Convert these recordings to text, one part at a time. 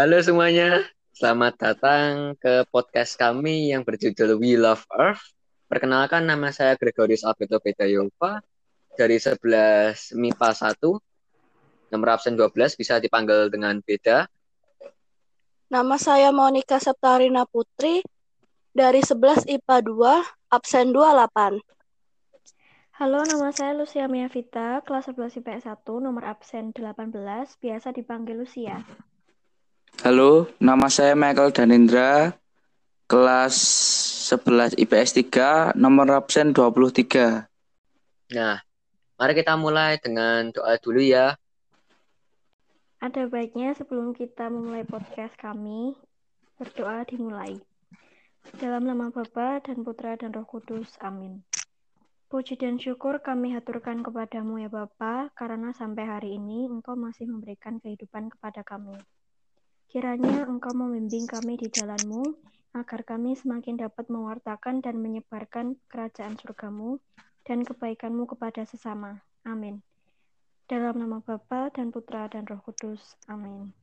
Halo semuanya, selamat datang ke podcast kami yang berjudul We Love Earth. Perkenalkan, nama saya Gregorius Alberto Bedayova dari 11 MIPA 1, nomor absen 12, bisa dipanggil dengan Beda. Nama saya Monica Septarina Putri dari 11 IPA 2, absen 28. Halo, nama saya Lucia Miavita, kelas 11 IPS 1, nomor absen 18, biasa dipanggil Lucia. Halo, nama saya Michael Danindra, kelas 11 IPS 3, nomor absen 23. Nah, mari kita mulai dengan doa dulu ya. Ada baiknya sebelum kita memulai podcast kami, berdoa dimulai. Dalam nama Bapa dan Putra dan Roh Kudus, amin. Puji dan syukur kami haturkan kepadamu ya Bapa, karena sampai hari ini Engkau masih memberikan kehidupan kepada kami. Kiranya Engkau membimbing kami di jalan-Mu, agar kami semakin dapat mewartakan dan menyebarkan kerajaan surga-Mu dan kebaikan-Mu kepada sesama. Amin. Dalam nama Bapa dan Putra dan Roh Kudus. Amin.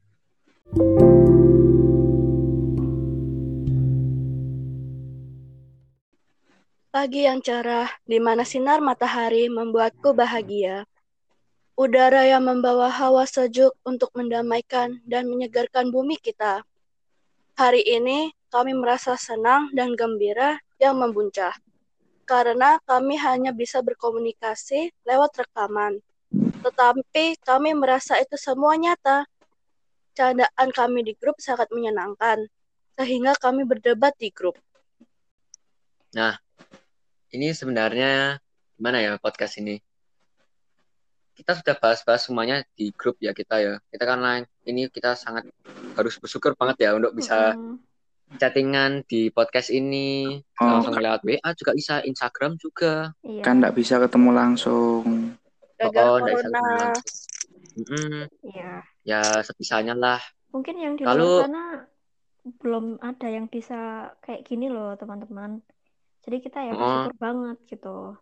Pagi yang cerah, di mana sinar matahari membuatku bahagia. Udara yang membawa hawa sejuk untuk mendamaikan dan menyegarkan bumi kita. Hari ini kami merasa senang dan gembira yang membuncah, karena kami hanya bisa berkomunikasi lewat rekaman. Tetapi kami merasa itu semua nyata. Candaan kami di grup sangat menyenangkan, sehingga kami berdebat di grup. Nah, ini sebenarnya gimana ya podcast ini? Kita sudah bahas-bahas semuanya di grup ya kita ya. Kita kan ini kita sangat harus bersyukur banget ya untuk bisa chattingan di podcast ini, langsung lewat WA juga bisa, Instagram juga. Iya. Kan nggak bisa ketemu langsung. Gagal Nggak bisa ketemu corona. langsung. Iya. Ya sebisanya lah. Mungkin yang di Lalu, luar sana belum ada yang bisa kayak gini loh teman-teman. Jadi kita ya bersyukur banget gitu.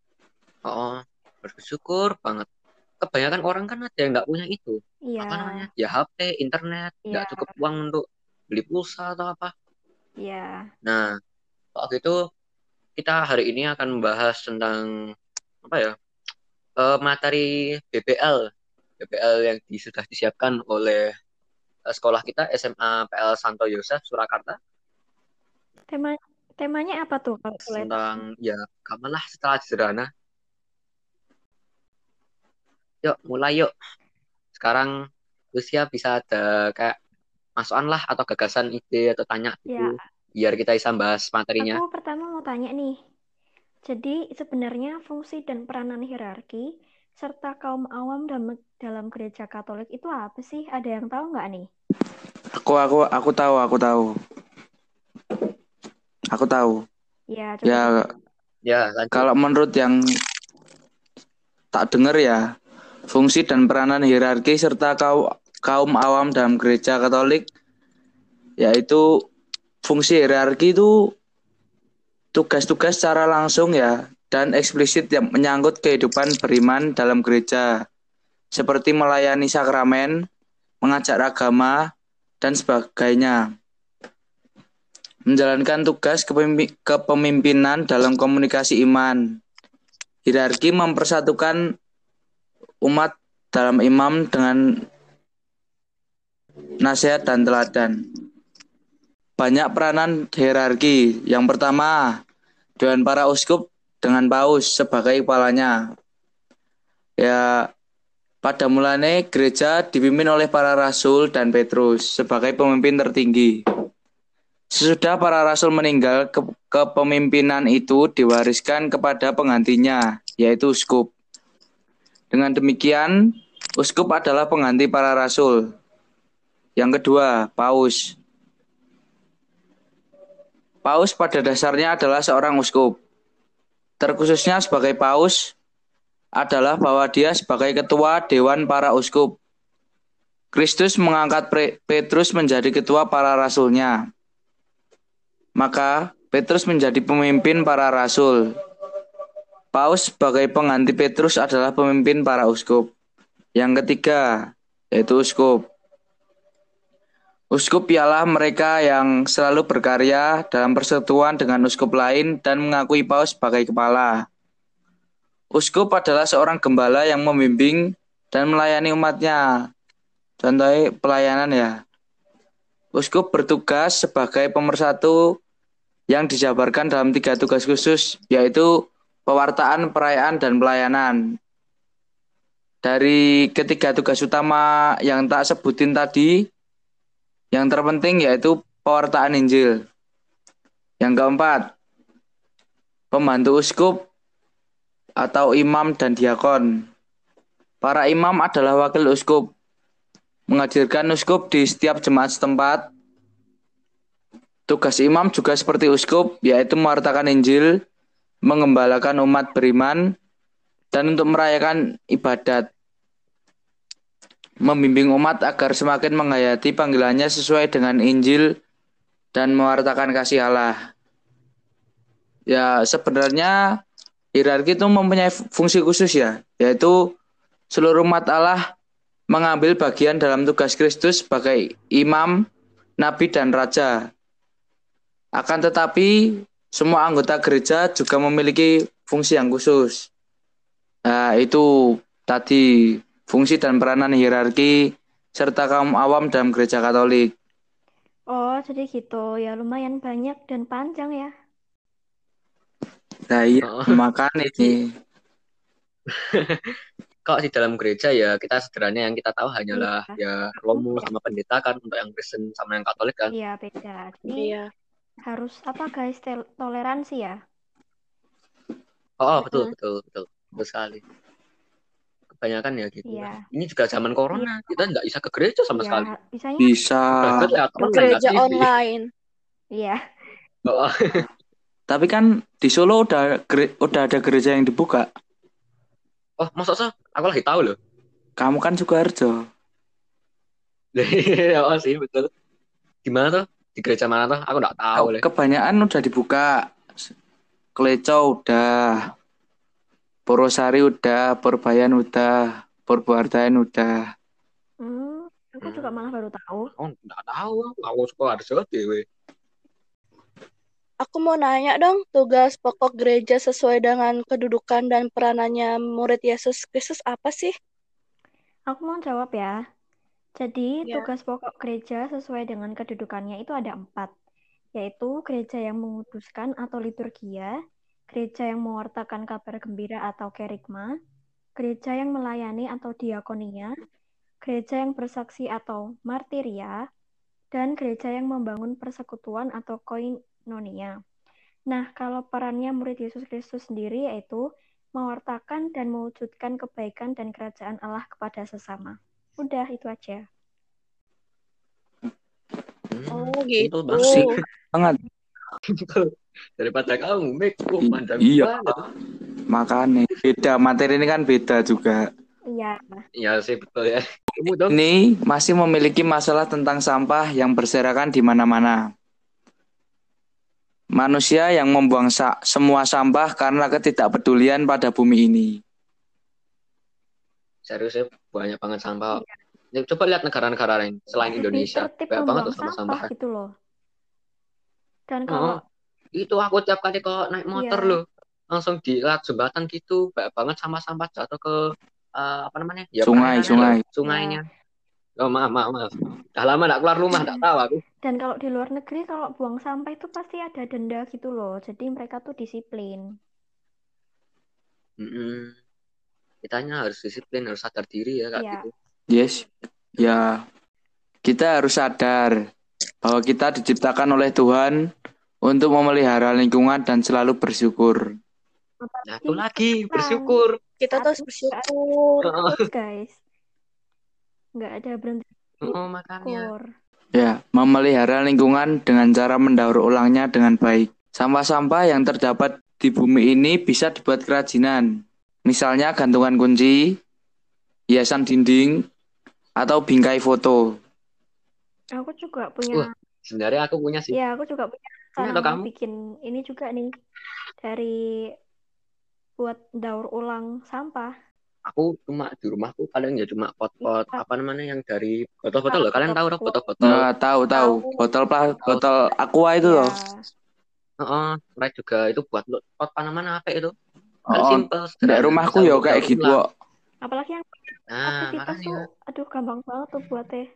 bersyukur banget. Kebanyakan orang kan ada yang nggak punya itu. Iya. Apa namanya? Ya HP, internet, nggak Iya. cukup uang untuk beli pulsa atau apa. Iya. Nah, waktu itu kita hari ini akan membahas tentang apa ya? Materi BPL. BPL yang sudah disiapkan oleh sekolah kita SMA PL Santo Yosef Surakarta. Temanya apa tuh kalau boleh? Tentang ya kamalah setelah sederhana. Yuk, mulai yuk. Sekarang Lucia bisa ada kayak masukan lah atau gagasan ide atau tanya Ya, gitu biar kita bisa bahas materinya. aku pertama mau tanya nih. Jadi sebenarnya fungsi dan peranan hierarki serta kaum awam dalam gereja Katolik itu apa sih? Ada yang tahu nggak nih? Aku tahu. Aku tahu. Ya, coba. Ya, Ya, lanjut. kalau menurut yang tak dengar ya, fungsi dan peranan hierarki serta kaum awam dalam gereja Katolik, yaitu fungsi hierarki itu tugas-tugas secara langsung ya dan eksplisit yang menyangkut kehidupan beriman dalam gereja, seperti melayani sakramen, mengajar agama, dan sebagainya. Menjalankan tugas kepemimpinan dalam komunikasi iman. Hierarki mempersatukan umat dalam imam dengan nasihat dan teladan. Banyak peranan hierarki. Yang pertama, Dewan para Uskup dengan Paus sebagai kepalanya. Ya, pada mulanya gereja dipimpin oleh para rasul dan Petrus sebagai pemimpin tertinggi. Sesudah para rasul meninggal, kepemimpinan itu diwariskan kepada penggantinya, yaitu uskup. Dengan demikian, uskup adalah pengganti para rasul. Yang kedua, paus. Paus pada dasarnya adalah seorang uskup. Terkhususnya sebagai paus adalah bahwa dia sebagai ketua dewan para uskup. Kristus mengangkat Petrus menjadi ketua para rasulnya. Maka Petrus menjadi pemimpin para rasul. Paus sebagai pengganti Petrus adalah pemimpin para uskup. Yang ketiga, yaitu uskup. Uskup ialah mereka yang selalu berkarya dalam persekutuan dengan uskup lain dan mengakui paus sebagai kepala. Uskup adalah seorang gembala yang membimbing dan melayani umatnya. Contohnya pelayanan ya. Uskup bertugas sebagai pemersatu yang dijabarkan dalam 3 tugas khusus, yaitu pewartaan, perayaan, dan pelayanan. Dari ketiga tugas utama yang tak sebutin tadi, yang terpenting yaitu pewartaan Injil. Yang keempat, pembantu uskup atau imam dan diakon. Para imam adalah wakil uskup, menghadirkan uskup di setiap jemaat setempat. Tugas imam juga seperti uskup, yaitu mewartakan Injil, mengembalakan umat beriman, dan untuk merayakan ibadat. Membimbing umat agar semakin menghayati panggilannya sesuai dengan Injil dan mewartakan kasih Allah. Ya, sebenarnya hierarki itu mempunyai fungsi khusus ya, yaitu seluruh umat Allah mengambil bagian dalam tugas Kristus sebagai imam, nabi, dan raja. Akan tetapi, semua anggota gereja juga memiliki fungsi yang khusus. Nah, itu tadi fungsi dan peranan hierarki serta kaum awam dalam gereja Katolik. Oh, jadi gitu. Ya lumayan banyak dan panjang ya. Nah, iya, Oh, makanya ini. Kalau di dalam gereja ya kita sederhananya yang kita tahu hanyalah ya romo sama pendeta kan untuk yang Kristen sama yang Katolik kan. Iya, beda. Jadi Iya. harus apa guys? Toleransi ya. Oh, betul Mm-mm. betul betul betul sekali. Kebanyakan ya gitu Iya. lah. Ini juga zaman corona, kita nggak bisa ke gereja sama Iya, sekali. bisanya Bisa. Ibadat lewat Ke online nggak gereja sih? online. iya. Oh, Tapi kan di Solo udah ada gereja yang dibuka. oh masa sih? Aku lagi tahu loh. Kamu kan Sukoharjo. Oh sih betul. Di mana tuh? Di gereja mana tuh? Aku nggak tahu loh. Kebanyakan udah dibuka. Kleco udah, Porosari udah, Porbayan udah, Porbuardain udah. Aku juga malah baru tahu. Aku nggak tahu. Aku suka harus dewe. Aku mau nanya dong, tugas pokok gereja sesuai dengan kedudukan dan peranannya murid Yesus Kristus apa sih? Aku mau jawab ya. Jadi, Ya. tugas pokok gereja sesuai dengan kedudukannya itu ada 4, yaitu gereja yang menguduskan atau liturgia, gereja yang mewartakan kabar gembira atau kerigma, gereja yang melayani atau diakonia, gereja yang bersaksi atau martiria, dan gereja yang membangun persekutuan atau koinonia. Nah, kalau perannya murid Yesus Kristus sendiri yaitu mewartakan dan mewujudkan kebaikan dan kerajaan Allah kepada sesama. Udah, itu aja. Oh Simple gitu. banget. Banget. Daripada kamu make panjang Iya, banget. makanya beda materi ini kan beda juga. Iya. Iya sih betul ya. Kamu dong. Ini masih memiliki masalah tentang sampah yang berserakan di mana-mana. Manusia yang membuang semua sampah karena ketidakpedulian pada bumi ini. Serius ya banyak banget sampah. Ya, coba lihat negara-negara lain selain Indonesia. Tertib Banyak banget membuang tuh sampah-sampah. sampah gitu loh. Dan Oh, kalau itu aku tiap kali kok naik motor Iya. loh. Langsung di lewat jembatan gitu. Banyak banget sampah-sampah jatuh ke apa namanya? Ya perairannya loh. Sungai. Sungainya. Oh maaf, maaf, maaf. Udah lama gak keluar rumah, gak tahu aku. Dan kalau di luar negeri kalau buang sampah itu pasti ada denda gitu loh. Jadi mereka tuh disiplin. Mm-mm. Kitanya harus disiplin, harus sadar diri ya kayak Iya. gitu. Yes. Ya, kita harus sadar bahwa kita diciptakan oleh Tuhan untuk memelihara lingkungan dan selalu bersyukur. Nah, itu lagi Kan, bersyukur. Kita terus bersyukur. terus guys. Nggak ada berhenti Oh, makanya. syukur. Ya, memelihara lingkungan dengan cara mendaur ulangnya dengan baik. Sampah-sampah yang terdapat di bumi ini bisa dibuat kerajinan. Misalnya gantungan kunci, hiasan dinding, atau bingkai foto. Aku juga punya. Sebenarnya aku punya sih. Ya, aku juga punya Punya rencana atau mau kamu? bikin ini juga nih dari buat daur ulang sampah. Aku cuma di rumahku paling ya cuma pot-pot Iya. apa namanya yang dari botol-botol loh. Kalian tahu loh Pot-pot. botol-botol. Tahu. Tahu. Botol aqua itu Iya. loh. Heeh, Sprite juga itu buat pot tanaman apa itu? Kan Oh, simple, di sederhana, rumahku bisa ya untuk kayak daur gitu ulang. kok. Apalagi yang Nah, aktivitas tuh, makanya. aduh gampang banget tuh buat teh.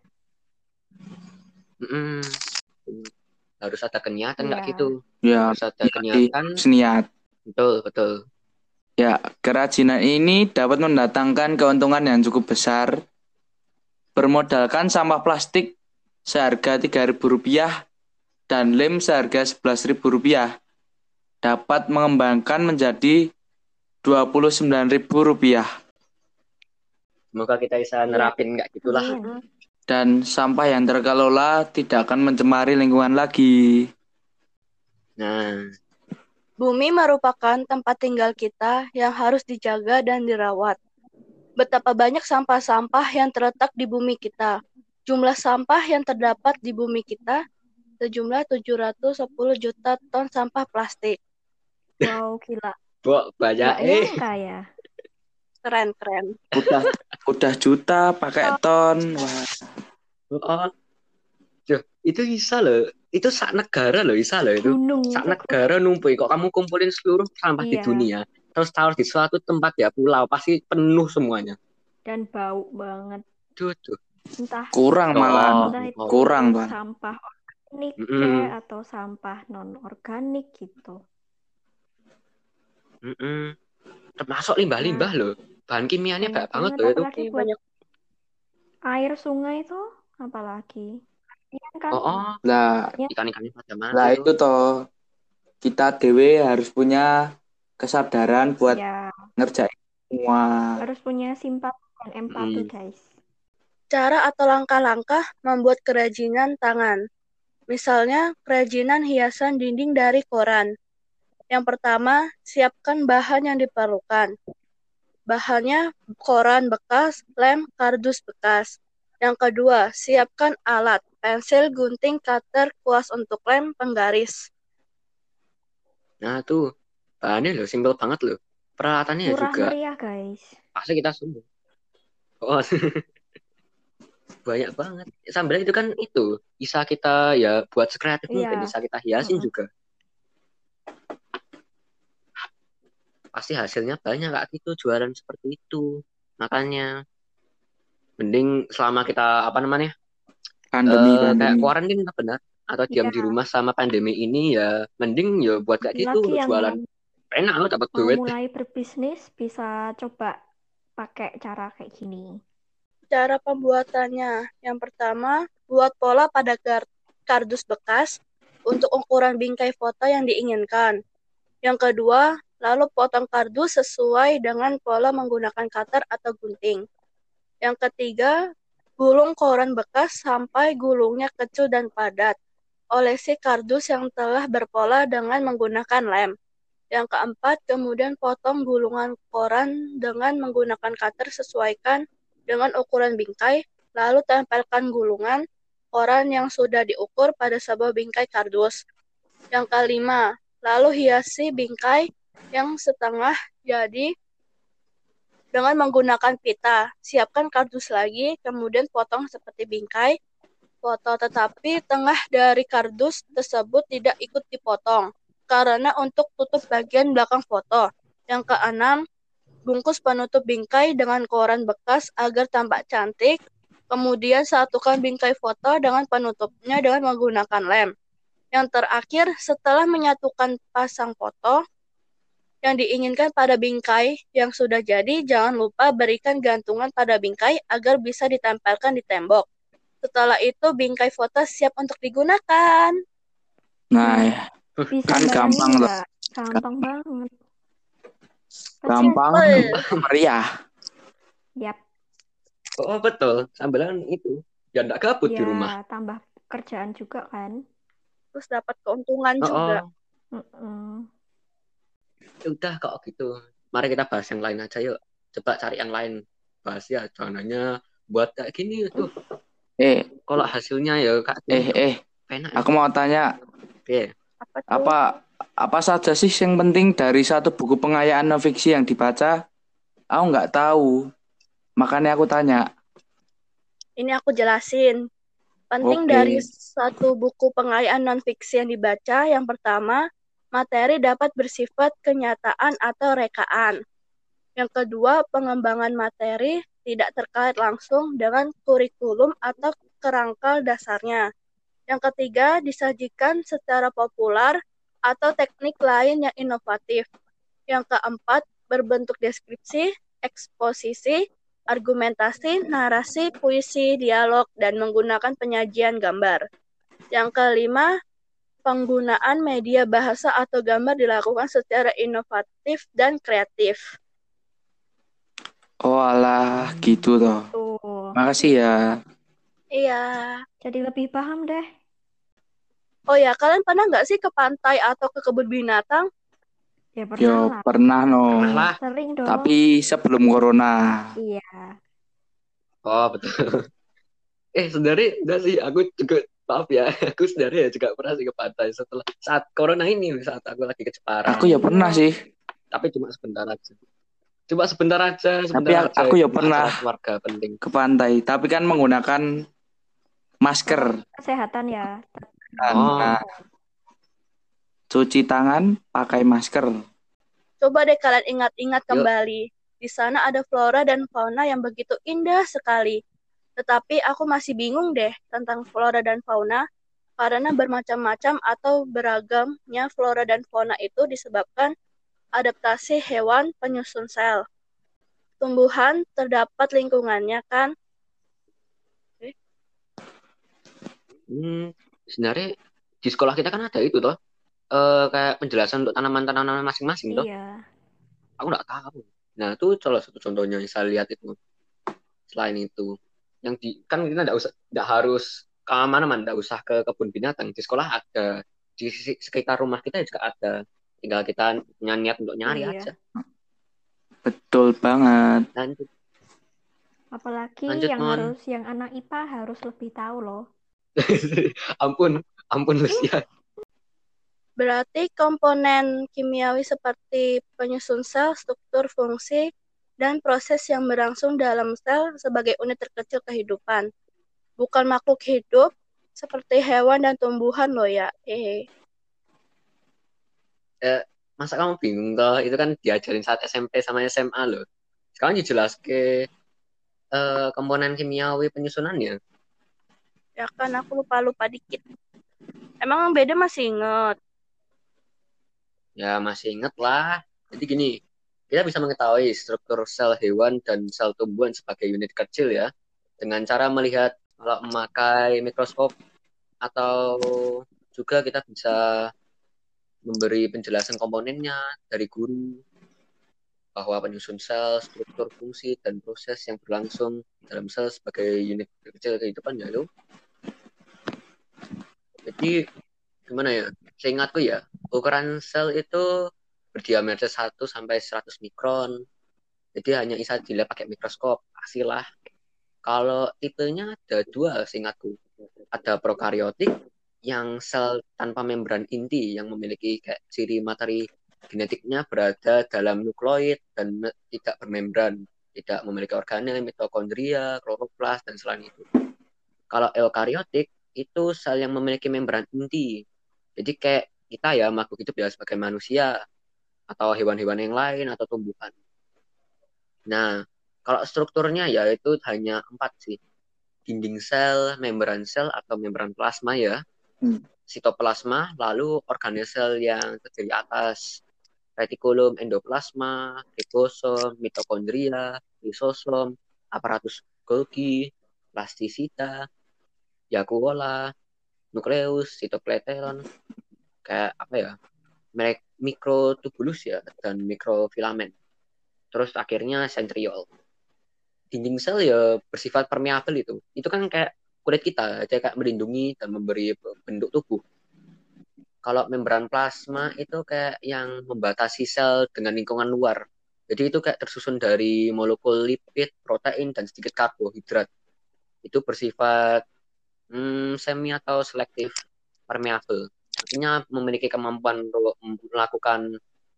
Mm-mm. Harus ada kenyatan nggak Iya. gitu? Ya, Harus ada kenyatan. seniat. Betul, betul. Ya, kerajinan ini dapat mendatangkan keuntungan yang cukup besar. Bermodalkan sampah plastik seharga Rp3.000 dan lem seharga Rp11.000 dapat mengembangkan menjadi Rp29.000. Semoga kita bisa Iya. nerapin nggak gitulah. Amin. Dan sampah yang terkelola tidak akan mencemari lingkungan lagi. Nah, Bumi merupakan tempat tinggal kita yang harus dijaga dan dirawat. Betapa banyak sampah-sampah yang terletak di bumi kita. Jumlah sampah yang terdapat di bumi kita sejumlah 710 juta ton sampah plastik. Wow, gila. banyak Nggak nyangka ya. Keren. Udah juta pakai ton. Wah. Oh, itu bisa loh. Itu sak negara loh, bisa loh itu. Gunung. Sak negara numpuk. Kok kamu kumpulin seluruh sampah di Iya. dunia, terus taruh di suatu tempat ya pulau, pasti penuh semuanya. Dan bau banget. Tuh. Entah Kurang malah. entah itu Kurang, Bang. sampah organik Mm-mm. atau sampah non organik gitu. Mm-mm. Termasuk limbah-limbah loh. Bahan kimianya Banyak banyak banget banget, loh itu. apalagi buat air sungai itu, apalagi. Iya kan? Oh, Lah, ikan-ikannya pada mati lah itu. itu toh kita dewe harus punya kesadaran buat Ya, ngerjain semua. harus punya simpati dan empati, guys. Cara atau langkah-langkah membuat kerajinan tangan. Misalnya, kerajinan hiasan dinding dari koran. Yang pertama, siapkan bahan yang diperlukan. Bahannya koran bekas, lem, kardus bekas. Yang kedua, siapkan alat, pensil, gunting, cutter, kuas untuk lem, penggaris. Nah tuh, bahannya loh, simpel banget loh. Peralatannya ya Murah juga meriah, guys. pasti kita semua. Oh, banyak banget. Sambil itu kan itu bisa kita ya buat sekreatif mungkin, Iya. bisa kita hiasin Mm-mm. juga. Pasti hasilnya banyak kak gitu jualan seperti itu. Makanya mending selama kita apa namanya Pandemi. kayak kuarantin benar atau diam Iya. di rumah sama pandemi ini ya mending ya buat kayak gitu Lagi yang jualan enak lo dapat mau duit. mulai berbisnis bisa coba pakai cara kayak gini. Cara pembuatannya, yang pertama, buat pola pada kardus bekas untuk ukuran bingkai foto yang diinginkan. Yang kedua, lalu potong kardus sesuai dengan pola menggunakan cutter atau gunting. Yang ketiga, gulung koran bekas sampai gulungnya kecil dan padat. Olesi kardus yang telah berpola dengan menggunakan lem. Yang keempat, kemudian potong gulungan koran dengan menggunakan cutter sesuaikan dengan ukuran bingkai, lalu tempelkan gulungan koran yang sudah diukur pada sebuah bingkai kardus. Yang kelima, lalu hiasi bingkai yang setengah jadi dengan menggunakan pita. Siapkan kardus lagi, kemudian potong seperti bingkai foto, tetapi tengah dari kardus tersebut tidak ikut dipotong karena untuk tutup bagian belakang foto. Yang keenam, bungkus penutup bingkai dengan koran bekas agar tampak cantik. Kemudian satukan bingkai foto dengan penutupnya dengan menggunakan lem. Yang terakhir, setelah menyatukan pasang foto yang diinginkan pada bingkai yang sudah jadi, jangan lupa berikan gantungan pada bingkai agar bisa ditempelkan di tembok. Setelah itu, bingkai foto siap untuk digunakan. Nah, ya. Bisa Kan bayangin gampang loh. nggak? Gampang banget. Gampang Simple. meriah. Yap. Oh betul, sambilan itu ya enggak gabut di rumah. Ya, tambah kerjaan juga kan. Terus dapat keuntungan juga. Mm-mm. Ya udah kok gitu. Mari kita bahas yang lain aja yuk. Coba cari yang lain. Bahas ya caranya buat kayak gini tuh. Kalau hasilnya ya kak enak. Aku mau tanya, Oke. apa saja sih yang penting dari satu buku pengayaan non fiksi yang dibaca? Aku nggak tahu. Makanya aku tanya. Ini aku jelasin. Penting Oke. dari satu buku pengayaan non-fiksi yang dibaca, yang pertama, materi dapat bersifat kenyataan atau rekaan. Yang kedua, pengembangan materi tidak terkait langsung dengan kurikulum atau kerangka dasarnya. Yang ketiga, disajikan secara populer atau teknik lain yang inovatif. Yang keempat, berbentuk deskripsi, eksposisi, argumentasi, narasi, puisi, dialog, dan menggunakan penyajian gambar. Yang kelima, penggunaan media bahasa atau gambar dilakukan secara inovatif dan kreatif. Oh alah, gitu toh. Tuh, Makasih ya. Iya. jadi lebih paham deh. Oh ya, kalian pernah nggak sih ke pantai atau ke kebun binatang? Ya pernah Yo, lah. pernah no. Pernah lah. Sering dong. Tapi sebelum corona. Iya. Oh, betul. Sebenarnya enggak sih, aku juga maaf ya, aku sebenarnya juga pernah sih ke pantai setelah saat corona ini, saat aku lagi ke Jepara. Aku ya pernah sih. Tapi cuma sebentar aja. Cuma sebentar aja, Tapi sebentar aja. aku ya Cuma pernah acara keluarga penting. ke pantai. Tapi kan menggunakan masker. Kesehatan ya. Oh, Nah, cuci tangan pakai masker. Coba deh kalian ingat-ingat yuk. kembali. Di sana ada flora dan fauna yang begitu indah sekali. Tetapi aku masih bingung deh tentang flora dan fauna karena bermacam-macam atau beragamnya flora dan fauna itu disebabkan adaptasi hewan penyusun sel. Tumbuhan terdapat lingkungannya kan? Sebenarnya di sekolah kita kan ada itu toh, kayak penjelasan untuk tanaman-tanaman masing-masing toh. Iya. Aku nggak tahu. Nah, itu salah satu contohnya yang saya lihat itu. Selain itu, yang kan kita nggak harus ke mana-mana, nggak usah ke kebun binatang. Di sekolah ada, di sekitar rumah kita juga ada. Tinggal kita punya niat untuk nyari Iya. aja. Betul banget. Lanjut, Apalagi lanjut yang Mon. yang anak IPA harus lebih tahu loh. ampun Lucia. Berarti komponen kimiawi seperti penyusun sel, struktur fungsi, dan proses yang berlangsung dalam sel sebagai unit terkecil kehidupan. Bukan makhluk hidup seperti hewan dan tumbuhan loh ya. Masa kamu bingung toh? Itu kan diajarin saat SMP sama SMA loh. Sekarang dijelas ke komponen kimiawi penyusunannya. Ya kan aku lupa-lupa dikit. Emang beda masih inget? Ya masih inget lah. Jadi gini, kita bisa mengetahui struktur sel hewan dan sel tumbuhan sebagai unit kecil ya, dengan cara melihat kalau memakai mikroskop, atau juga kita bisa memberi penjelasan komponennya dari guru, bahwa penyusun sel, struktur fungsi, dan proses yang berlangsung dalam sel sebagai unit kecil kehidupan ya itu. Jadi gimana ya? Seingatku ya, ukuran sel itu berdiameter 1 sampai 100 mikron. Jadi hanya bisa dilihat pakai mikroskop. Pastilah. Kalau tipenya ada dua seingatku. Ada prokaryotik yang sel tanpa membran inti yang memiliki kayak ciri materi genetiknya berada dalam nukleoid dan tidak bermembran, tidak memiliki organel, mitokondria, kloroplas, dan selain itu. Kalau eukaryotik itu sel yang memiliki membran inti. Jadi kayak kita ya, makhluk hidup ya sebagai manusia atau hewan-hewan yang lain atau tumbuhan. Nah, kalau strukturnya ya itu hanya 4 sih. Dinding sel, membran sel atau membran plasma ya. Sitoplasma, lalu organel sel yang terdiri atas retikulum endoplasma, ribosom, mitokondria, lisosom, aparatus Golgi, plastisita, vakuola, nukleus, sitopleton, kayak apa ya, mikrotubulus ya, dan mikrofilamen. Terus akhirnya sentriol. Dinding sel ya bersifat permeabel itu. Itu kan kayak kulit kita, dia kayak melindungi dan memberi bentuk tubuh. Kalau membran plasma itu kayak yang membatasi sel dengan lingkungan luar. Jadi itu kayak tersusun dari molekul lipid, protein, dan sedikit karbohidrat. Itu bersifat semi atau selektif permeabel. Artinya memiliki kemampuan untuk melakukan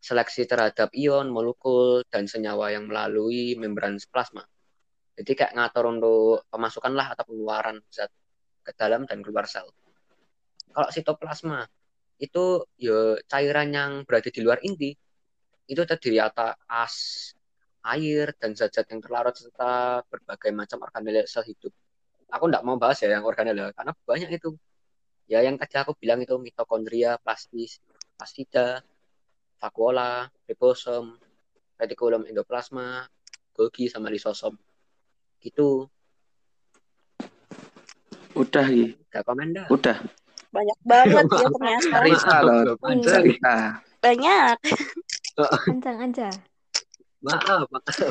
seleksi terhadap ion, molekul, dan senyawa yang melalui membran plasma. Jadi kayak ngatur untuk pemasukan lah atau pengeluaran zat ke dalam dan keluar sel. Kalau sitoplasma itu ya cairan yang berada di luar inti, itu terdiri atas air dan zat-zat yang terlarut serta berbagai macam organel sel hidup. Aku nggak mau bahas ya yang organel karena banyak itu. Ya yang tadi aku bilang itu mitokondria, plastida, vakuola, ribosom, retikulum endoplasma, Golgi sama lisosom. Gitu. Udah ya. Gak komen dah. Udah. Banyak banget ya ternyata. Cerita loh. Iya. Cerita. Banyak. Kencang aja. Maaf.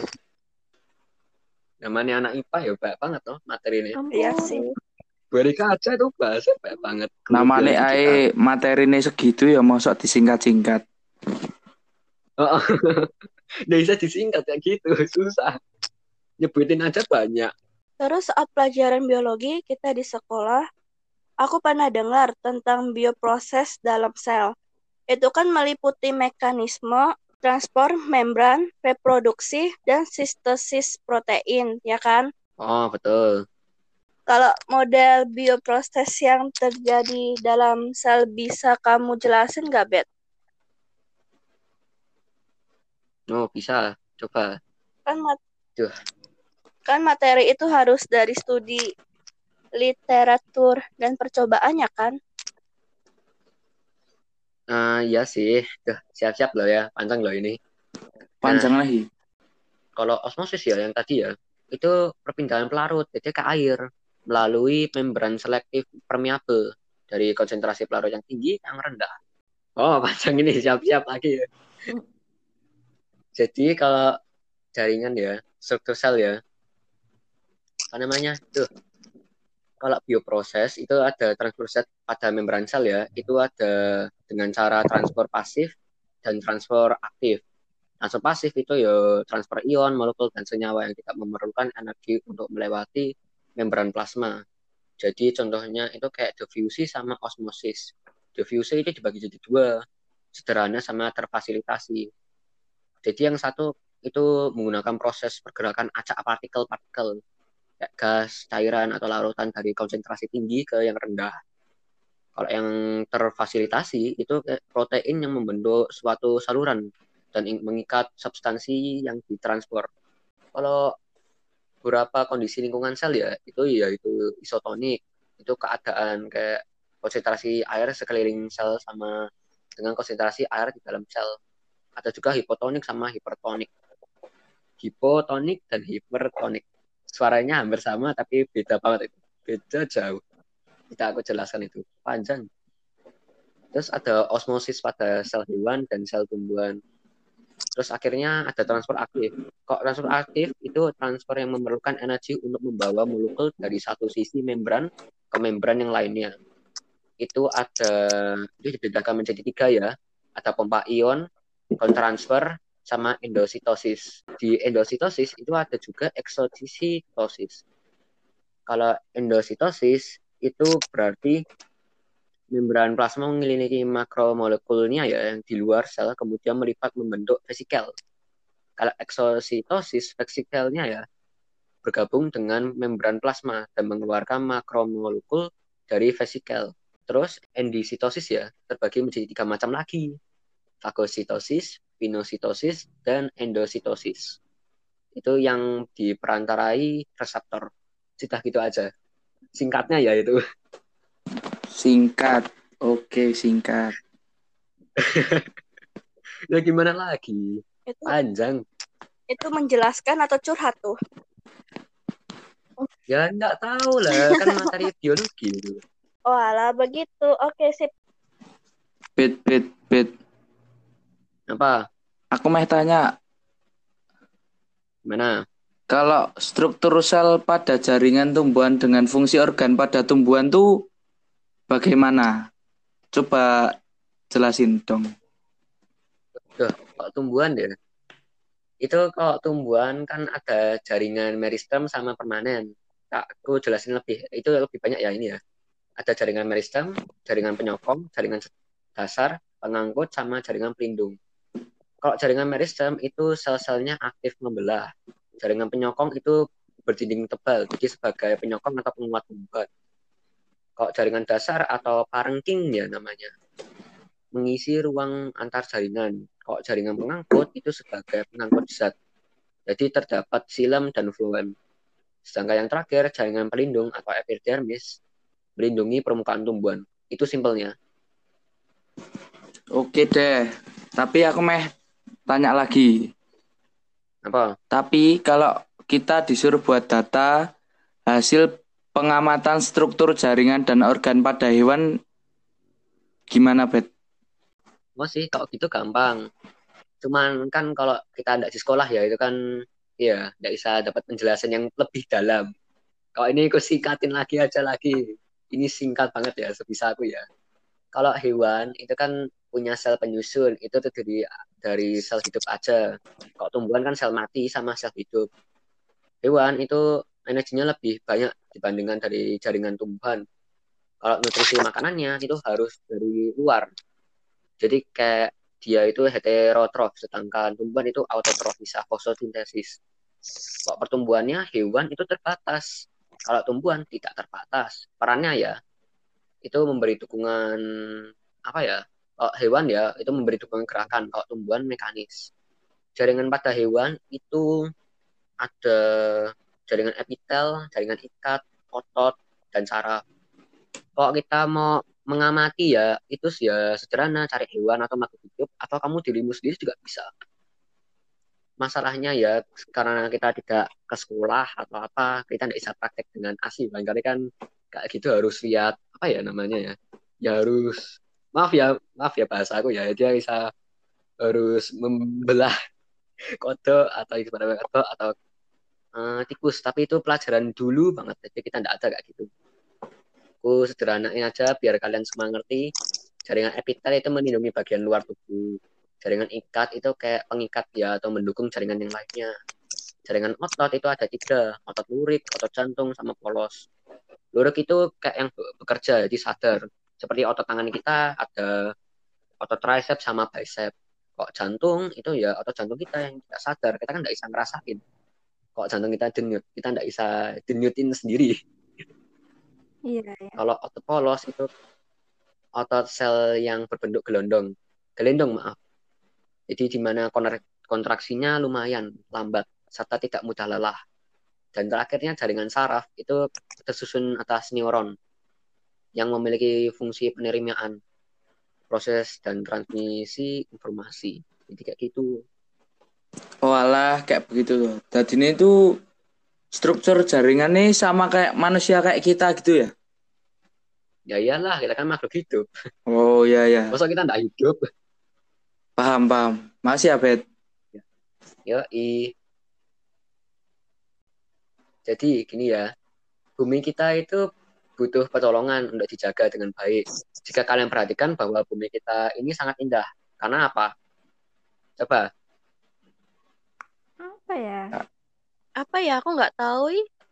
Namanya anak IPA ya banyak banget loh materi ini. Ampun. Iya sih. Berika aja tuh bahasnya banyak banget. Namanya Biologi kita. ae materinya segitu ya mosok disingkat-singkat. Nggak bisa disingkat kayak gitu, susah. Nyebutin aja banyak. Terus saat pelajaran biologi kita di sekolah, aku pernah dengar tentang bioproses dalam sel. Itu kan meliputi mekanisme transport membran, reproduksi, dan sintesis protein, ya kan? Oh, betul. Kalau model bioproses yang terjadi dalam sel bisa kamu jelasin nggak, Bet? Oh, bisa. Coba. Kan, Duh. kan materi itu harus dari studi literatur dan percobaannya kan? Iya sih. Duh, siap-siap loh ya. Panjang loh ini. Panjang lagi. Kalau osmosis ya yang tadi ya, itu perpindahan pelarut, jadi ke air melalui membran selektif permeabel dari konsentrasi pelarut yang tinggi yang rendah. Oh, panjang ini, siap-siap lagi ya. Jadi kalau jaringan ya, struktur sel ya, apa namanya? Tuh, kalau bioproses itu ada transfer zat pada membran sel ya, itu ada dengan cara transfer pasif dan transfer aktif. Transfer pasif itu ya transfer ion, molekul, dan senyawa yang tidak memerlukan energi untuk melewati membran plasma. Jadi contohnya itu kayak diffusi sama osmosis. Diffusi itu dibagi jadi dua, sederhana sama terfasilitasi. Jadi yang satu itu menggunakan proses pergerakan acak partikel-partikel, kayak gas, cairan, atau larutan dari konsentrasi tinggi ke yang rendah. Kalau yang terfasilitasi itu kayak protein yang membentuk suatu saluran dan mengikat substansi yang ditransfer. Kalau beberapa kondisi lingkungan sel ya itu isotonik, itu keadaan kayak konsentrasi air sekeliling sel sama dengan konsentrasi air di dalam sel. Ada juga hipotonik sama hipertonik. Hipotonik dan hipertonik. Suaranya hampir sama tapi beda banget itu. Beda jauh. Tidak aku jelaskan itu. Panjang. Terus ada osmosis pada sel hewan dan sel tumbuhan. Terus akhirnya ada transfer aktif. Kok transfer aktif itu transfer yang memerlukan energi untuk membawa molekul dari satu sisi membran ke membran yang lainnya. Itu dibedakan menjadi 3 ya. Ada pompa ion, ground transfer, sama endositosis. Di endositosis itu ada juga eksositosis. Kalau endositosis itu berarti membran plasma mengelilingi makromolekulnya ya yang di luar sel kemudian melipat membentuk vesikel. Kalau eksositosis, vesikelnya ya bergabung dengan membran plasma dan mengeluarkan makromolekul dari vesikel. Terus endositosis ya terbagi menjadi 3 macam lagi. Fagositosis, pinositosis, dan endositosis. Itu yang diperantarai reseptor. Sudah gitu aja. Singkatnya ya itu. Singkat. Oke, singkat. Ya gimana lagi? Panjang. Itu menjelaskan atau curhat tuh? Ya enggak tahu lah, kan materi biologi itu. Oh alah begitu. Oke sip. Bet. Apa? Aku mau tanya, Gimana? kalau struktur sel pada jaringan tumbuhan dengan fungsi organ pada tumbuhan tuh bagaimana? Coba jelasin dong. Duh, kalau tumbuhan deh. Itu kalau tumbuhan kan ada jaringan meristem sama permanen. Aku jelasin lebih. Itu lebih banyak ya ini ya. Ada jaringan meristem, jaringan penyokong, jaringan dasar, pengangkut, sama jaringan pelindung. Kalau jaringan meristem itu sel-selnya aktif membelah. Jaringan penyokong itu berdinding tebal, jadi sebagai penyokong atau penguat tumbuhan. Kalau jaringan dasar atau parenking ya namanya, mengisi ruang antar jaringan. Kalau jaringan pengangkut itu sebagai pengangkut zat. Jadi terdapat silem dan floem. Sedangkan yang terakhir, jaringan pelindung atau epidermis melindungi permukaan tumbuhan. Itu simpelnya. Oke deh. Tapi aku tanya lagi. Apa? Tapi kalau kita disuruh buat data hasil pengamatan struktur jaringan dan organ pada hewan gimana, Bet? Oh sih, kalau gitu gampang. Cuman kan kalau kita tidak di sekolah ya, itu kan ya tidak bisa dapat penjelasan yang lebih dalam. Kalau ini aku singkatin lagi aja lagi. Ini singkat banget ya, sebisa aku ya. Kalau hewan itu kan punya sel penyusun, itu terdiri dari sel hidup aja. Kalau tumbuhan kan sel mati sama sel hidup. Hewan itu energinya lebih banyak dibandingkan dari jaringan tumbuhan. Kalau nutrisi makanannya itu harus dari luar. Jadi kayak dia itu heterotrof, sedangkan tumbuhan itu autotrof, bisa fotosintesis. Kalau pertumbuhannya hewan itu terbatas. Kalau tumbuhan tidak terbatas. Perannya ya itu memberi dukungan apa ya? Kalau hewan ya itu memberi dukungan gerakan. Kalau tumbuhan mekanis. Jaringan pada hewan itu ada jaringan epitel, jaringan ikat, otot, dan saraf. Kalau kita mau mengamati ya, itu ya sederhana, cari hewan atau makhluk hidup, atau kamu dirimu sendiri juga bisa. Masalahnya ya, karena kita tidak ke sekolah atau apa, kita tidak bisa praktek dengan asli. Barangkali kan kayak gitu harus lihat, apa ya namanya ya, ya harus, maaf ya bahasa aku ya, dia bisa harus membelah kodok atau gimana kodok atau tikus, tapi itu pelajaran dulu banget, jadi kita tidak ada kayak gitu. Aku sederhanain aja biar kalian semua ngerti. Jaringan epitel itu melindungi bagian luar tubuh. Jaringan ikat itu kayak pengikat ya atau mendukung jaringan yang lainnya. Jaringan otot itu ada 3, otot lurik, otot jantung, sama polos. Lurik itu kayak yang bekerja, jadi sadar. Seperti otot tangan kita ada otot tricep sama bicep. Kok jantung itu ya otot jantung kita yang tidak sadar. Kita kan tidak bisa ngerasain. Kok jantung kita denyut, kita tidak bisa denyutin sendiri. Iya, iya. Kalau otot polos itu otot sel yang berbentuk gelondong maaf. Jadi di mana kontraksinya lumayan lambat serta tidak mudah lelah. Dan terakhirnya jaringan saraf itu tersusun atas neuron yang memiliki fungsi penerimaan, proses dan transmisi informasi. Jadi kayak gitu. Oh alah, kayak begitu tuh. Tadi ini tuh struktur jaringan nih sama kayak manusia kayak kita gitu ya? Ya iyalah, kita kan makhluk hidup. Oh iya ya, Masa kita nggak hidup? paham paham. Masih ya, Bet? Ya, jadi gini ya, bumi kita itu butuh pertolongan untuk dijaga dengan baik. Jika kalian perhatikan bahwa bumi kita ini sangat indah. Karena apa? Coba. Apa ya? Apa ya? Aku nggak tahu.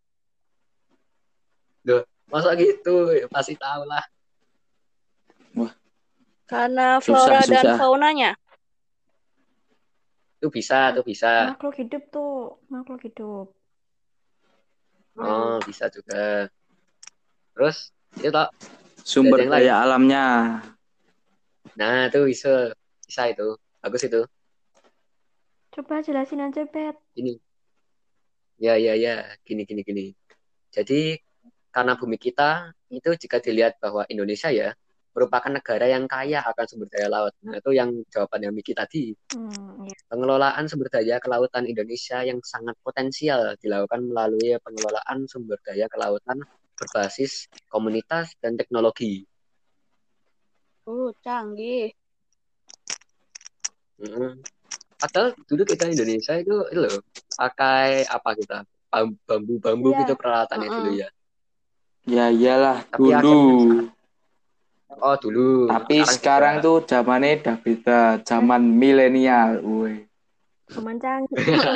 Duh, masa gitu? Ya, pasti tahu lah. Wah, Karena susah flora dan susah. faunanya. Itu bisa, itu bisa. Makhluk hidup tuh, makhluk hidup. Oh, bisa juga. Terus, itu tak ada Sumber yang lain. daya alamnya. Nah, itu bisa. Bisa itu. Bagus itu. Coba jelasin aja, Bet. Ini. Ya, ya, ya. Gini. Jadi, karena bumi kita, itu jika dilihat bahwa Indonesia ya, merupakan negara yang kaya akan sumber daya laut. Nah, itu yang jawaban yang Miki tadi. Ya. Pengelolaan sumber daya kelautan Indonesia yang sangat potensial dilakukan melalui pengelolaan sumber daya kelautan berbasis komunitas dan teknologi. Canggih. Padahal dulu kita Indonesia itu loh pakai apa kita bambu-bambu Iya. gitu peralatannya dulu ya. Ya iyalah Tapi dulu. Dulu. Tapi sekarang juga. tuh zamannya udah beda, zaman milenial, woi. Zaman canggih.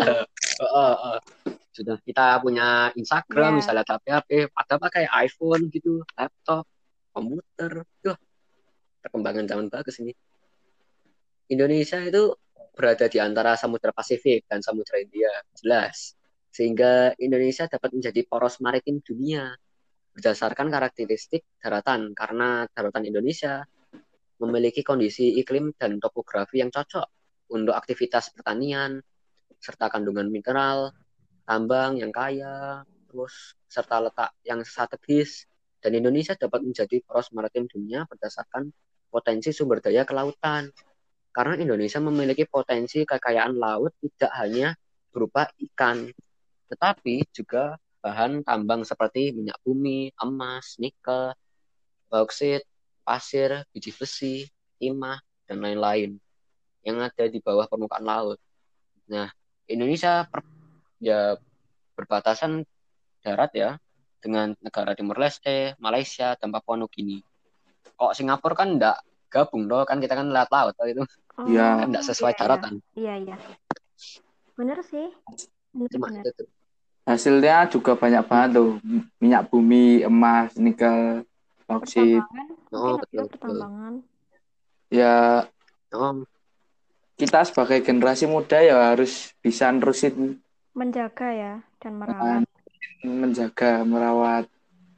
Sudah kita punya Instagram, Ya. misalnya HP, ada pakai iPhone gitu, laptop, komputer. Perkembangan zaman bagus ini. Indonesia itu berada di antara Samudra Pasifik dan Samudra Hindia, jelas. Sehingga Indonesia dapat menjadi poros maritim dunia berdasarkan karakteristik daratan, karena daratan Indonesia memiliki kondisi iklim dan topografi yang cocok untuk aktivitas pertanian, serta kandungan mineral, tambang yang kaya, terus serta letak yang strategis, dan Indonesia dapat menjadi poros maritim dunia berdasarkan potensi sumber daya kelautan. Karena Indonesia memiliki potensi kekayaan laut tidak hanya berupa ikan, tetapi juga bahan tambang seperti minyak bumi, emas, nikel, bauksit, pasir, biji besi, timah, dan lain-lain yang ada di bawah permukaan laut. Nah, Indonesia ya berbatasan darat ya dengan negara Timur Leste, Malaysia, dan Papua Nugini. Kok Singapura kan enggak gabung loh, kan kita kan lewat laut itu. Ya. Kan enggak sesuai daratan. Iya. Bener sih. Cuma Bener. itu tuh. Hasilnya juga banyak banget tuh. Minyak bumi, emas, nikel, bauksit. Pertambangan, Oh, mungkin betul, ada pertambangan. Ya, Oh, kita sebagai generasi muda ya harus bisa nerusin Menjaga ya dan merawat. menjaga, merawat.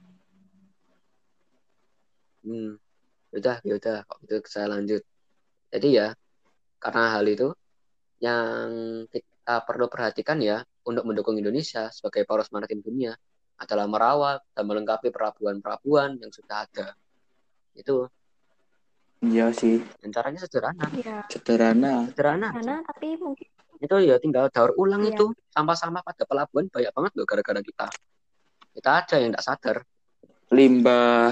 yaudah, kok itu saya lanjut. Jadi ya, karena hal itu yang kita perlu perhatikan ya untuk mendukung Indonesia sebagai poros maritim dunia adalah merawat dan melengkapi pelabuhan-pelabuhan yang sudah ada. Itu, Iya sih, dan caranya sederhana. Iya. sederhana. Sederhana aja. Karena tapi mungkin Itu ya tinggal daur ulang Iya. itu. Sampah-sampah pada pelabuhan banyak banget loh gara-gara kita. Kita aja yang nggak sadar. Limbah.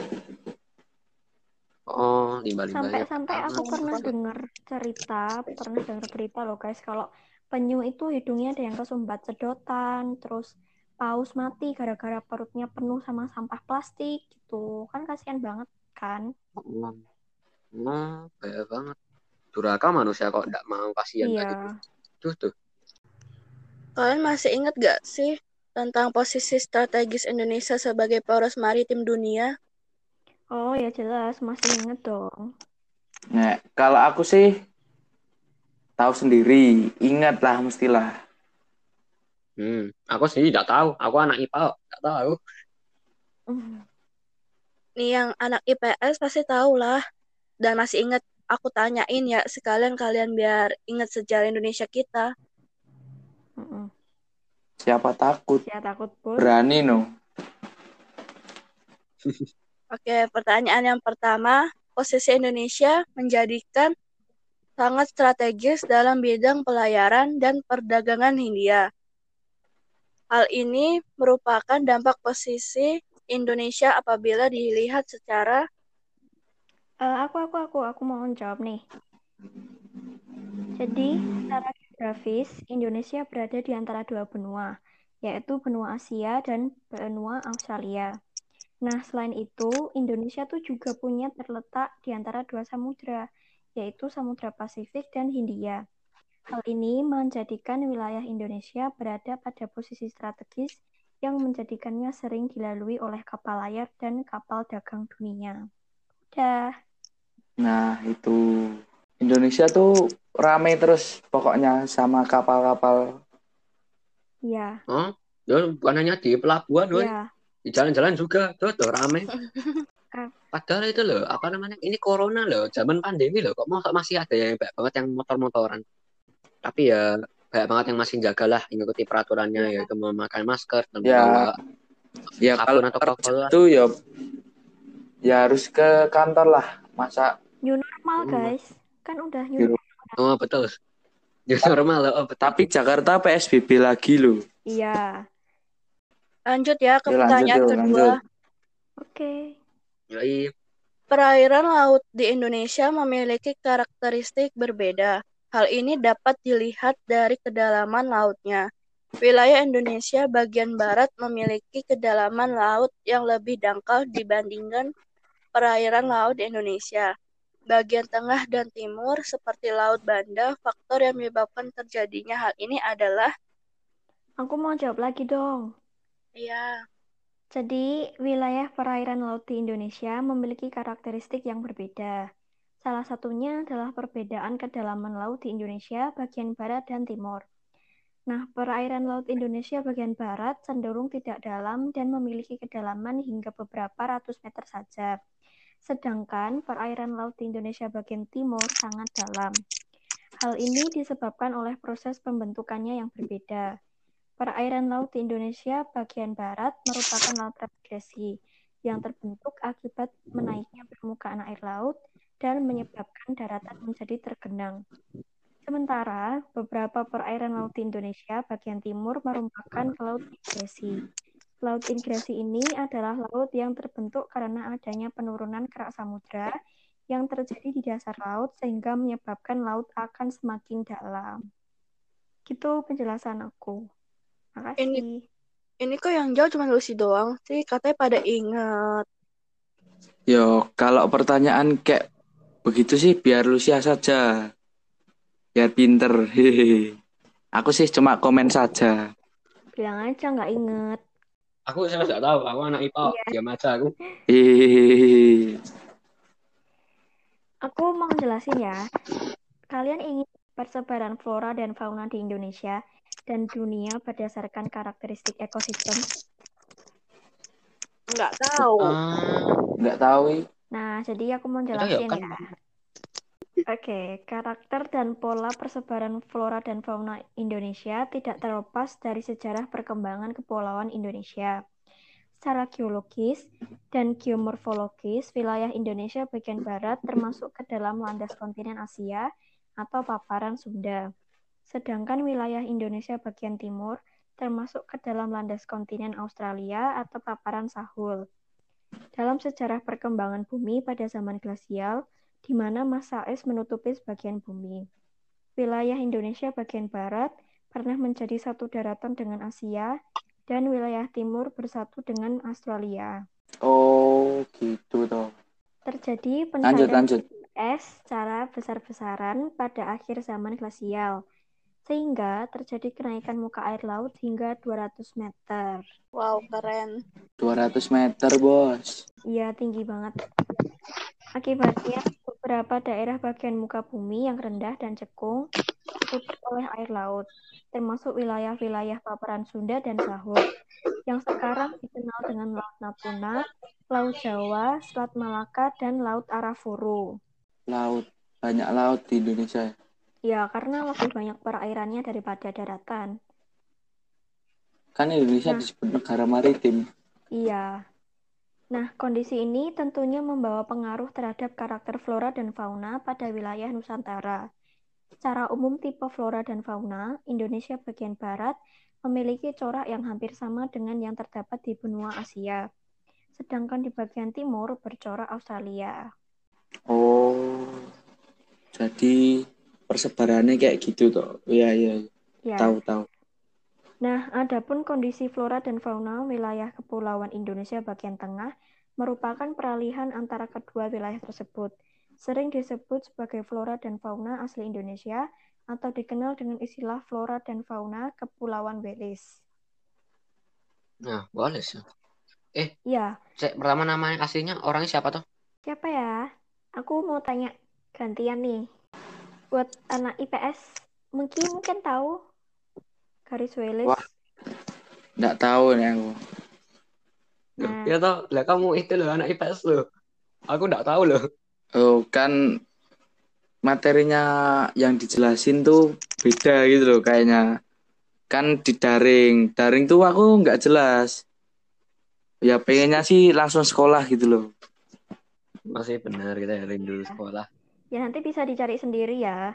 Oh, limbah-limbahnya sampai aku pernah dengar berita loh guys, kalau penyu itu hidungnya ada yang kesumbat sedotan, terus paus mati gara-gara perutnya penuh sama sampah plastik gitu. Kan kasihan banget kan? Bahaya banget. Durhaka manusia kok nggak mau kasihan Iya. gitu. Tuh. Kalian masih ingat gak sih tentang posisi strategis Indonesia sebagai poros maritim dunia? Oh ya jelas, masih inget dong. Nah, kalau aku sih tahu sendiri, ingat lah mestilah. Aku sih nggak tahu. Aku anak IPA kok. Nggak tahu. Nih yang anak IPS pasti tahu lah. Dan masih ingat aku tanyain ya sekalian kalian biar ingat sejarah Indonesia kita. Siapa takut? Ya takut pun. Berani no. Oke, pertanyaan yang pertama, posisi Indonesia menjadikan sangat strategis dalam bidang pelayaran dan perdagangan Hindia. Hal ini merupakan dampak posisi Indonesia apabila dilihat secara Aku mau jawab nih. Jadi, secara geografis, Indonesia berada di antara dua benua, yaitu benua Asia dan benua Australia. Nah, selain itu, Indonesia tuh juga punya terletak di antara dua samudra, yaitu Samudra Pasifik dan Hindia. Hal ini menjadikan wilayah Indonesia berada pada posisi strategis yang menjadikannya sering dilalui oleh kapal layar dan kapal dagang dunia. Udah. Nah, itu. Indonesia tuh ramai terus pokoknya sama kapal-kapal. Iya. Oh, bukan hanya di pelabuhan, Iya. di jalan-jalan juga tuh rame. Padahal itu loh, apa namanya? Ini corona loh, zaman pandemi loh, kok masih ada yang banyak banget yang motor-motoran. Tapi ya banyak banget yang masih jagalah mengikuti peraturannya, yaitu memakai masker dan membawa Kalau sabun atau kerja alkohol. tuh ya harus ke kantor lah. Masa new normal guys, kan udah new normal. Oh betul, new normal loh. Oh, betul. Tapi Jakarta PSBB lagi loh. Iya. Lanjut ya ke pertanyaan kedua. Oke. Perairan laut di Indonesia memiliki karakteristik berbeda. Hal ini dapat dilihat dari kedalaman lautnya. Wilayah Indonesia bagian barat memiliki kedalaman laut yang lebih dangkal dibandingkan perairan laut di Indonesia. Bagian tengah dan timur seperti Laut Banda, faktor yang menyebabkan terjadinya hal ini adalah... Aku mau jawab lagi dong. Iya. Jadi, wilayah perairan laut di Indonesia memiliki karakteristik yang berbeda. Salah satunya adalah perbedaan kedalaman laut di Indonesia bagian barat dan timur. Nah, perairan laut Indonesia bagian barat cenderung tidak dalam dan memiliki kedalaman hingga beberapa ratus meter saja. Sedangkan perairan laut di Indonesia bagian timur sangat dalam. Hal ini disebabkan oleh proses pembentukannya yang berbeda. Perairan laut di Indonesia bagian barat merupakan laut regresi yang terbentuk akibat menaiknya permukaan air laut dan menyebabkan daratan menjadi tergenang. Sementara beberapa perairan laut di Indonesia bagian timur merupakan laut ingresi. Laut ingresi ini adalah laut yang terbentuk karena adanya penurunan kerak samudra yang terjadi di dasar laut sehingga menyebabkan laut akan semakin dalam. Gitu penjelasan aku. Makasih. Ini kok yang jauh cuma Lucy doang sih, katanya pada ingat. Yo, kalau pertanyaan kayak begitu sih biar Lucia saja. Biar pinter. Hehehe. Aku sih cuma komen saja. Bilang aja nggak inget. Aku sama nggak tahu, aku anak IPA, Iya. diam aja aku. Hehehe. Aku mau jelasin ya. Kalian ingin persebaran flora dan fauna di Indonesia dan dunia berdasarkan karakteristik ekosistem? Nggak tahu. Nggak tahu. Nah, jadi aku mau Itu ya jelasin kan. ya. Oke, karakter dan pola persebaran flora dan fauna Indonesia tidak terlepas dari sejarah perkembangan kepulauan Indonesia. Secara geologis dan geomorfologis, wilayah Indonesia bagian barat termasuk ke dalam landas kontinen Asia atau paparan Sunda. Sedangkan wilayah Indonesia bagian timur termasuk ke dalam landas kontinen Australia atau paparan Sahul. Dalam sejarah perkembangan bumi pada zaman glasial, di mana massa es menutupi sebagian bumi. Wilayah Indonesia bagian barat pernah menjadi satu daratan dengan Asia, dan wilayah timur bersatu dengan Australia. Oh, gitu toh. Terjadi pencairan Lanjut. es secara besar-besaran pada akhir zaman glasial, sehingga terjadi kenaikan muka air laut hingga 200 meter. Wow, keren. 200 meter, bos. Iya, tinggi banget. Akibatnya, beberapa daerah bagian muka bumi yang rendah dan cekung tertutup oleh air laut, termasuk wilayah-wilayah paparan Sunda dan Sahul, yang sekarang dikenal dengan Laut Natuna, Laut Jawa, Selat Malaka, dan Laut Arafuru. Laut. Banyak laut di Indonesia. Ya, karena lebih banyak perairannya daripada daratan. Kan Indonesia disebut negara maritim. Iya. Nah, kondisi ini tentunya membawa pengaruh terhadap karakter flora dan fauna pada wilayah Nusantara. Secara umum, tipe flora dan fauna Indonesia bagian barat memiliki corak yang hampir sama dengan yang terdapat di benua Asia. Sedangkan di bagian timur bercorak Australia. Oh, jadi persebarannya kayak gitu toh. Iya. Ya. Tahu. Nah, adapun kondisi flora dan fauna wilayah Kepulauan Indonesia bagian tengah merupakan peralihan antara kedua wilayah tersebut. Sering disebut sebagai flora dan fauna asli Indonesia atau dikenal dengan istilah flora dan fauna Kepulauan Welis. Nah, boleh sih. Ya, Pertama namanya aslinya orangnya siapa tuh? siapa ya? Aku mau tanya gantian nih. Buat anak IPS, mungkin tahu garis Welis. Wah, nggak tahu nih aku. Nah, Ya tau, lah kamu itu loh anak IPS loh. Aku nggak tahu loh. Oh, kan materinya yang dijelasin tuh beda gitu loh kayaknya. Kan di daring. Daring tuh aku nggak jelas. Ya pengennya sih langsung sekolah gitu loh. Masih benar kita ya rindu sekolah. ya nanti bisa dicari sendiri ya.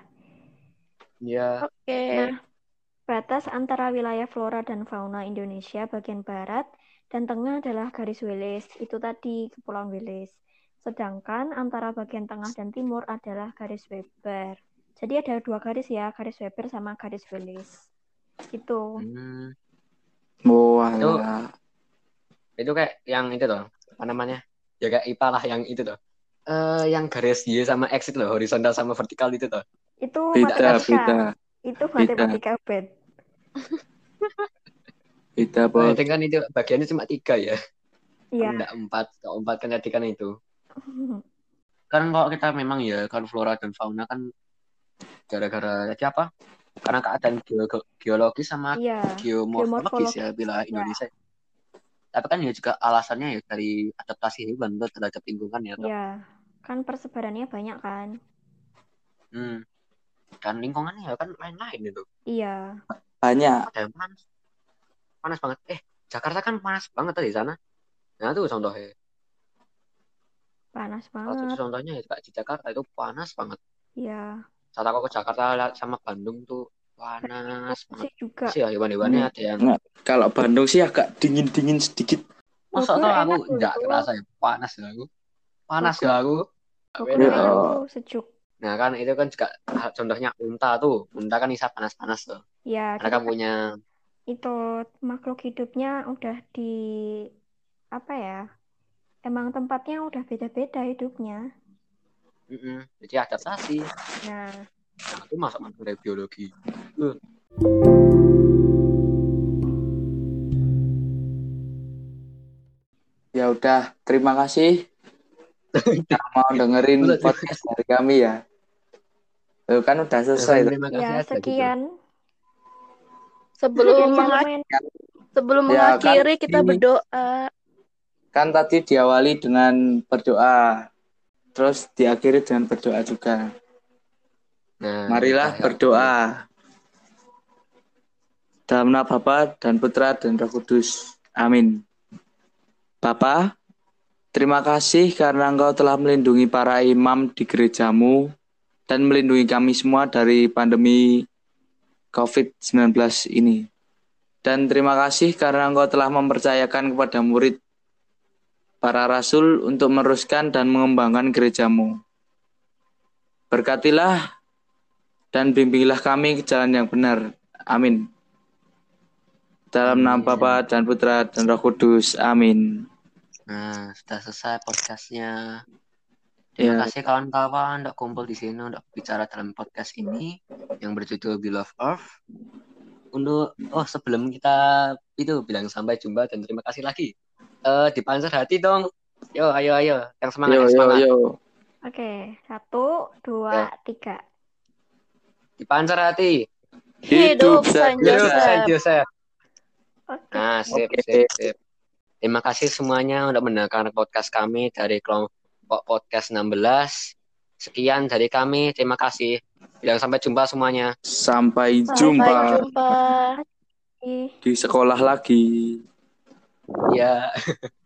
Ya, Oke. Nah, batas antara wilayah flora dan fauna Indonesia bagian barat dan tengah adalah garis Welis. Itu tadi Kepulauan Welis. Sedangkan antara bagian tengah dan timur adalah garis Weber. Jadi ada dua garis ya, garis Weber sama garis Welis. Gitu. Oh, alah. itu kayak yang itu tuh, apa namanya? Ya kayak IPA lah yang itu tuh. Yang garis Y sama X itu loh, horizontal sama vertikal itu tuh. Itu Beda. Itu matematika bed. Beda, Oh, Bos. itu kan itu bagiannya cuma 3 ya. Iya. Enggak 4. Kalau 4 kan tadi kan itu. Kan kalau kita memang ya kan flora dan fauna kan gara-gara apa? Karena keadaan geologis sama Iya, geomorfologis ya geomorfologis. bila Ya, Indonesia. Tapi kan ya juga alasannya ya dari adaptasi hewan terhadap lingkungan ya toh. ya. Kan persebarannya banyak kan? Hmm. Dan lingkungannya ya kan lain-lain itu. Iya, Banyak. Ada yang panas, panas banget. Jakarta kan panas banget tadi sana. Nah itu contohnya. panas Salah satu banget. contohnya ya di Jakarta itu panas banget. Iya. Saat aku ke Jakarta sama Bandung tuh panas banget. Sih juga. Masih ya hewan-hewannya ada yang Nah, kalau Bandung sih agak dingin-dingin sedikit. masa Bogor tuh aku enak nggak loh. terasa ya panas ya aku. Panas ya Bogor, aku. Bogor Beda. enak Ya, tuh, sejuk. Nah kan itu kan juga contohnya unta tuh. Unta kan bisa panas-panas tuh. Ya, Mereka kita kan punya itu makhluk hidupnya udah di apa ya? Emang tempatnya udah beda-beda hidupnya. jadi adaptasi. Nah, Nah itu masuk dari biologi. Uh, ya udah, terima kasih yang mau dengerin Masa podcast dari kami ya. Kan udah selesai tuh. terima ya kasih aja gitu. sekian. Sebelum Ya lumayan. Ya kan mengakhiri kita berdoa. kan tadi diawali dengan berdoa, terus diakhiri dengan berdoa juga. Nah Marilah udah ya. berdoa. Dalam nama Bapa dan Putra dan Roh Kudus. Amin. Bapa, terima kasih karena Engkau telah melindungi para imam di gerejamu dan melindungi kami semua dari pandemi COVID-19 ini. Dan terima kasih karena Engkau telah mempercayakan kepada murid para rasul untuk meneruskan dan mengembangkan gerejamu. Berkatilah dan bimbinglah kami ke jalan yang benar. Amin. Dalam nama Amin. Bapa dan Putra dan Roh Kudus. Amin. Nah sudah selesai podcastnya. Terima Ya, kasih kawan-kawan untuk kumpul di sini untuk bicara dalam podcast ini yang berjudul Beloved Earth. Sebelum kita itu bilang sampai jumpa dan terima kasih lagi. Di Panzer Hati dong. Yo, ayo, yang semangat, yang semangat. Oke, 1, 2, Yo, 3. di Panzer Hati. Hidup Saint Hidup Saint Joseph. Joseph. Oke. Nah, sip. Terima kasih semuanya untuk mendengarkan podcast kami dari kelompok podcast 16. Sekian dari kami. Terima kasih. Bilang sampai jumpa semuanya. Sampai Sampai jumpa jumpa. di sekolah lagi. Ya.